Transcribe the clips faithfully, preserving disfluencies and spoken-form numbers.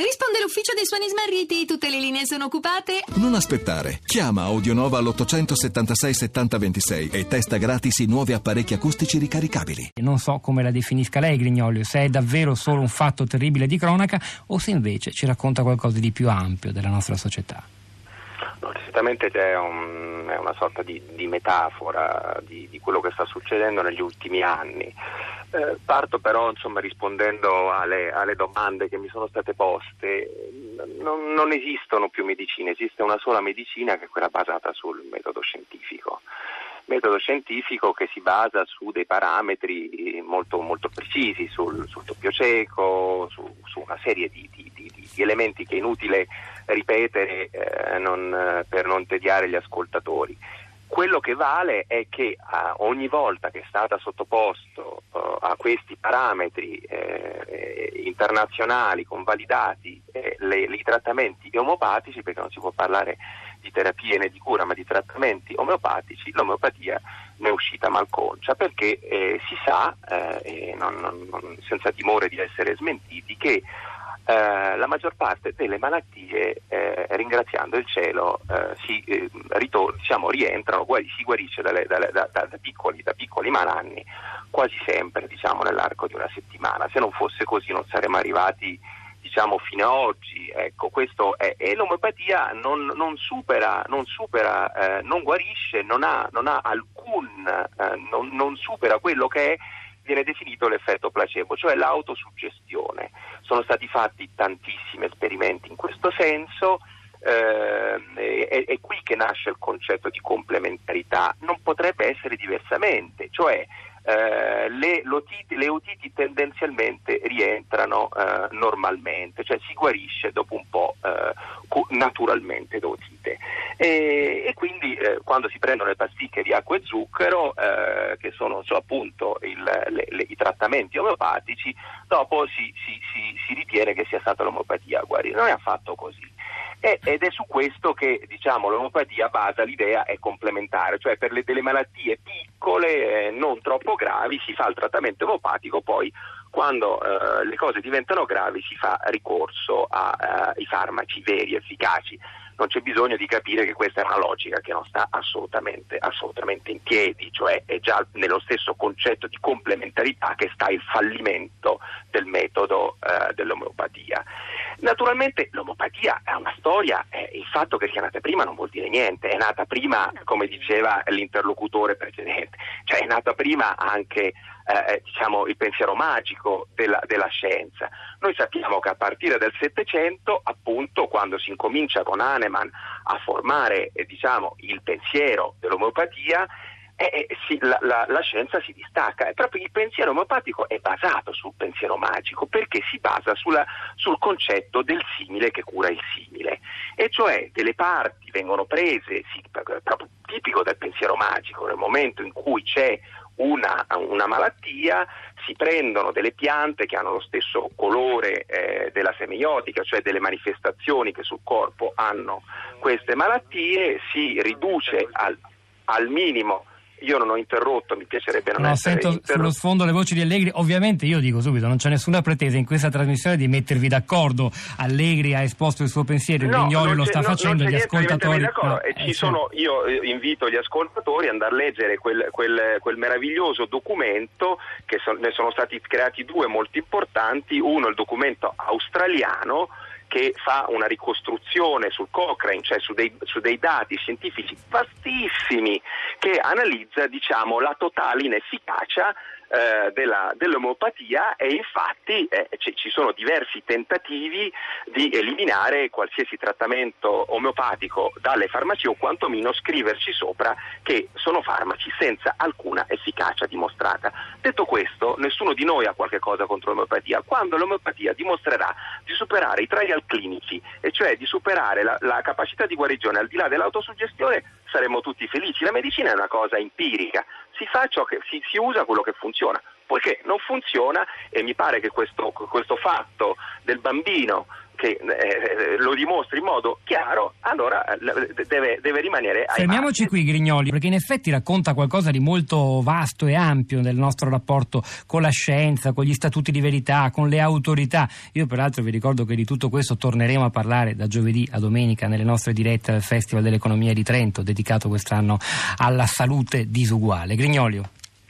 Risponde l'ufficio dei suoni smarriti, tutte le linee sono occupate. Non aspettare, chiama Audionova all'ottocentosettantasei settanta ventisei e testa gratis i nuovi apparecchi acustici ricaricabili. Non so come la definisca lei, Grignolio, se è davvero solo un fatto terribile di cronaca o se invece ci racconta qualcosa di più ampio della nostra società. No, certamente c'è un, è una sorta di, di metafora di, di quello che sta succedendo negli ultimi anni. Eh, parto però insomma rispondendo alle, alle domande che mi sono state poste. Non, non esistono più medicine, esiste una sola medicina, che è quella basata sul metodo scientifico. Metodo scientifico che si basa su dei parametri molto, molto precisi, sul, sul doppio cieco, su, su una serie di, di, di, di elementi che è inutile ripetere eh, non, per non tediare gli ascoltatori. Quello che vale è che uh, ogni volta che è stata sottoposto uh, a questi parametri eh, internazionali convalidati eh, le, i trattamenti omeopatici, perché non si può parlare di terapie né di cura, ma di trattamenti omeopatici, l'omeopatia ne è uscita malconcia, perché eh, si sa, eh, non, non, non, senza timore di essere smentiti, che Uh, la maggior parte delle malattie, eh, ringraziando il cielo, eh, si, eh, ritor- diciamo, rientrano, guari- si guarisce dalle, dalle, da, da, da, piccoli, da piccoli malanni quasi sempre, diciamo, nell'arco di una settimana. Se non fosse così non saremmo arrivati, diciamo, fino a oggi. Ecco, questo è, e l'omeopatia non, non supera, non supera, eh, non guarisce, non ha, non ha alcun, eh, non, non supera quello che è, viene definito l'effetto placebo, cioè l'autosuggestione. Sono stati fatti tantissimi esperimenti in questo senso, eh, è, è qui che nasce il concetto di complementarità. Non potrebbe essere diversamente, cioè eh, le, l'otiti, le otiti tendenzialmente rientrano eh, normalmente, cioè si guarisce dopo un po' eh, naturalmente da otite. E, e quindi eh, quando si prendono le pasticche di acqua e zucchero, eh, che sono so, appunto il, le, le, i trattamenti omeopatici, dopo si, si, si, si ritiene che sia stata l'omeopatia a guarire. Non è affatto così. E, ed è su questo che, diciamo, l'omeopatia basa l'idea, è complementare, cioè per le, delle malattie piccole, eh, non troppo gravi, si fa il trattamento omeopatico, poi quando eh, le cose diventano gravi si fa ricorso ai farmaci veri, efficaci. Non c'è bisogno di capire che questa è una logica che non sta assolutamente, assolutamente in piedi, cioè è già nello stesso concetto di complementarità che sta il fallimento del metodo eh, dell'omeopatia. Naturalmente l'omeopatia è una storia, eh, il fatto che sia nata prima non vuol dire niente, è nata prima, come diceva l'interlocutore precedente, cioè è nata prima anche eh, diciamo il pensiero magico della, della scienza. Noi sappiamo che a partire dal Settecento, appunto, quando si incomincia con Hahnemann a formare eh, diciamo il pensiero dell'omeopatia, Eh, eh, sì, la, la, la scienza si distacca, e proprio il pensiero omeopatico è basato sul pensiero magico, perché si basa sulla, sul concetto del simile che cura il simile, e cioè delle parti vengono prese, sì, proprio tipico del pensiero magico, nel momento in cui c'è una, una malattia, si prendono delle piante che hanno lo stesso colore eh, della semiotica, cioè delle manifestazioni che sul corpo hanno queste malattie, si riduce al, al minimo. Io non ho interrotto, mi piacerebbe non no, essere sento interrotto. Sullo sfondo le voci di Allegri. Ovviamente io dico subito, non c'è nessuna pretesa in questa trasmissione di mettervi d'accordo. Allegri ha esposto il suo pensiero, il no, Grignolio lo sta no, facendo, gli ascoltatori no, eh, ci sono, io invito gli ascoltatori ad andare a leggere quel, quel, quel meraviglioso documento, che son, ne sono stati creati due molto importanti. Uno, il documento australiano, che fa una ricostruzione sul Cochrane, cioè su dei, su dei dati scientifici vastissimi, che analizza, diciamo, la totale inefficacia eh, della, dell'omeopatia, e infatti eh, c- ci sono diversi tentativi di eliminare qualsiasi trattamento omeopatico dalle farmacie, o quantomeno scriverci sopra che sono farmaci senza alcuna efficacia dimostrata. Detto questo, nessuno di noi ha qualche cosa contro l'omeopatia. Quando l'omeopatia dimostrerà di superare i trial clinici, e cioè di superare la, la capacità di guarigione al di là dell'autosuggestione, saremo tutti felici. La medicina è una cosa empirica, si fa ciò che si, si usa quello che funziona. Poiché non funziona, e mi pare che questo, questo fatto del bambino che eh, lo dimostri in modo chiaro, allora deve, deve rimanere ai Fermiamoci margini. qui, Grignoli, perché in effetti racconta qualcosa di molto vasto e ampio del nostro rapporto con la scienza, con gli statuti di verità, con le autorità. Io peraltro vi ricordo che di tutto questo torneremo a parlare da giovedì a domenica nelle nostre dirette al Festival dell'Economia di Trento, dedicato quest'anno alla salute disuguale. Grignolio.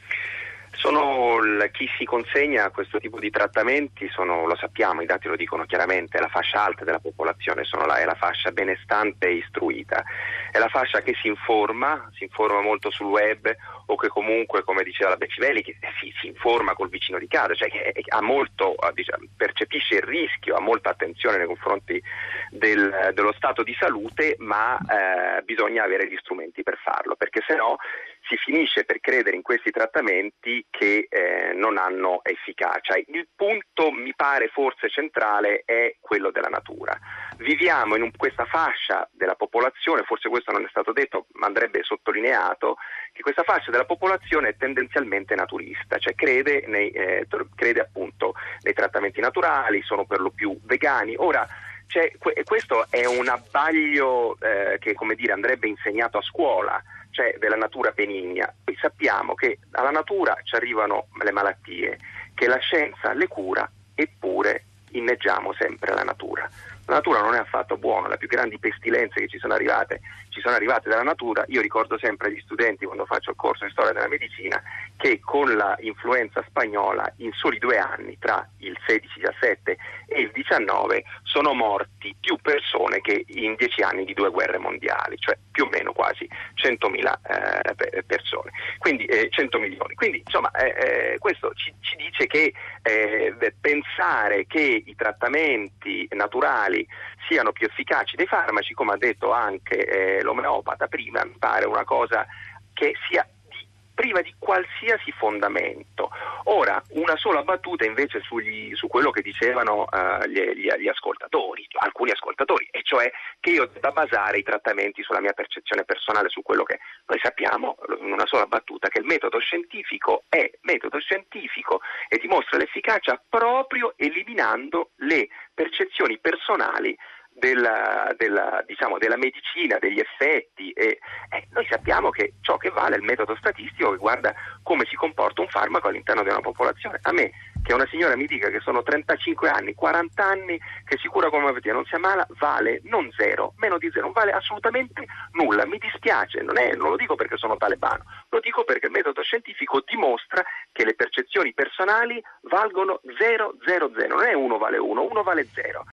Sono l- chi si consegna a questo tipo di trattamenti, sono, lo sappiamo, i dati lo dicono chiaramente, è la fascia alta della popolazione, sono la, è la fascia benestante e istruita, è la fascia che si informa, si informa molto sul web o che comunque, come diceva la Beccivelli, che si, si informa col vicino di casa, cioè che ha molto, diciamo, percepisce il rischio, ha molta attenzione nei confronti del, dello stato di salute, ma eh, bisogna avere gli strumenti per farlo, perché se no si finisce per credere in questi trattamenti che eh, non hanno efficacia. Il punto, mi pare forse centrale, è quello della natura. Viviamo in un, questa fascia della popolazione, forse questo non è stato detto, ma andrebbe sottolineato, che questa fascia della popolazione è tendenzialmente naturista, cioè crede, nei, eh, crede appunto nei trattamenti naturali, sono per lo più vegani. Ora, cioè, questo è un abbaglio eh, che, come dire, andrebbe insegnato a scuola, cioè della natura benigna. Poi sappiamo che alla natura ci arrivano le malattie, che la scienza le cura, eppure inneggiamo sempre alla natura. La natura non è affatto buona, le più grandi pestilenze che ci sono arrivate ci sono arrivate dalla natura. Io ricordo sempre agli studenti, quando faccio il corso di storia della medicina, che con la influenza spagnola in soli due anni, tra il sedici diciassette e il diciannove, sono morti più persone che in dieci anni di due guerre mondiali, cioè più o meno quasi centomila eh, persone, quindi eh, cento milioni. Quindi insomma eh, eh, questo ci, ci dice che eh, pensare che i trattamenti naturali siano più efficaci dei farmaci, come ha detto anche eh, l'omeopata prima, mi pare una cosa che sia di, priva di qualsiasi fondamento. Ora, una sola battuta invece sugli, su quello che dicevano uh, gli, gli, gli ascoltatori, alcuni ascoltatori, e cioè che io debba basare i trattamenti sulla mia percezione personale, su quello che noi sappiamo, in una sola battuta, che il metodo scientifico è metodo scientifico e dimostra l'efficacia proprio eliminando le percezioni personali della, della, diciamo, della medicina, degli effetti, e eh, noi sappiamo che ciò che vale è il metodo statistico che guarda come si comporta un farmaco all'interno di una popolazione. A me, che una signora mi dica che sono trentacinque anni, quaranta anni, che si cura con omeopatia, non si ammala, vale non zero, meno di zero, non vale assolutamente nulla. Mi dispiace, non, è, non lo dico perché sono talebano, lo dico perché il metodo scientifico dimostra che le percezioni personali valgono zero, zero, zero, non è uno vale uno, uno vale zero.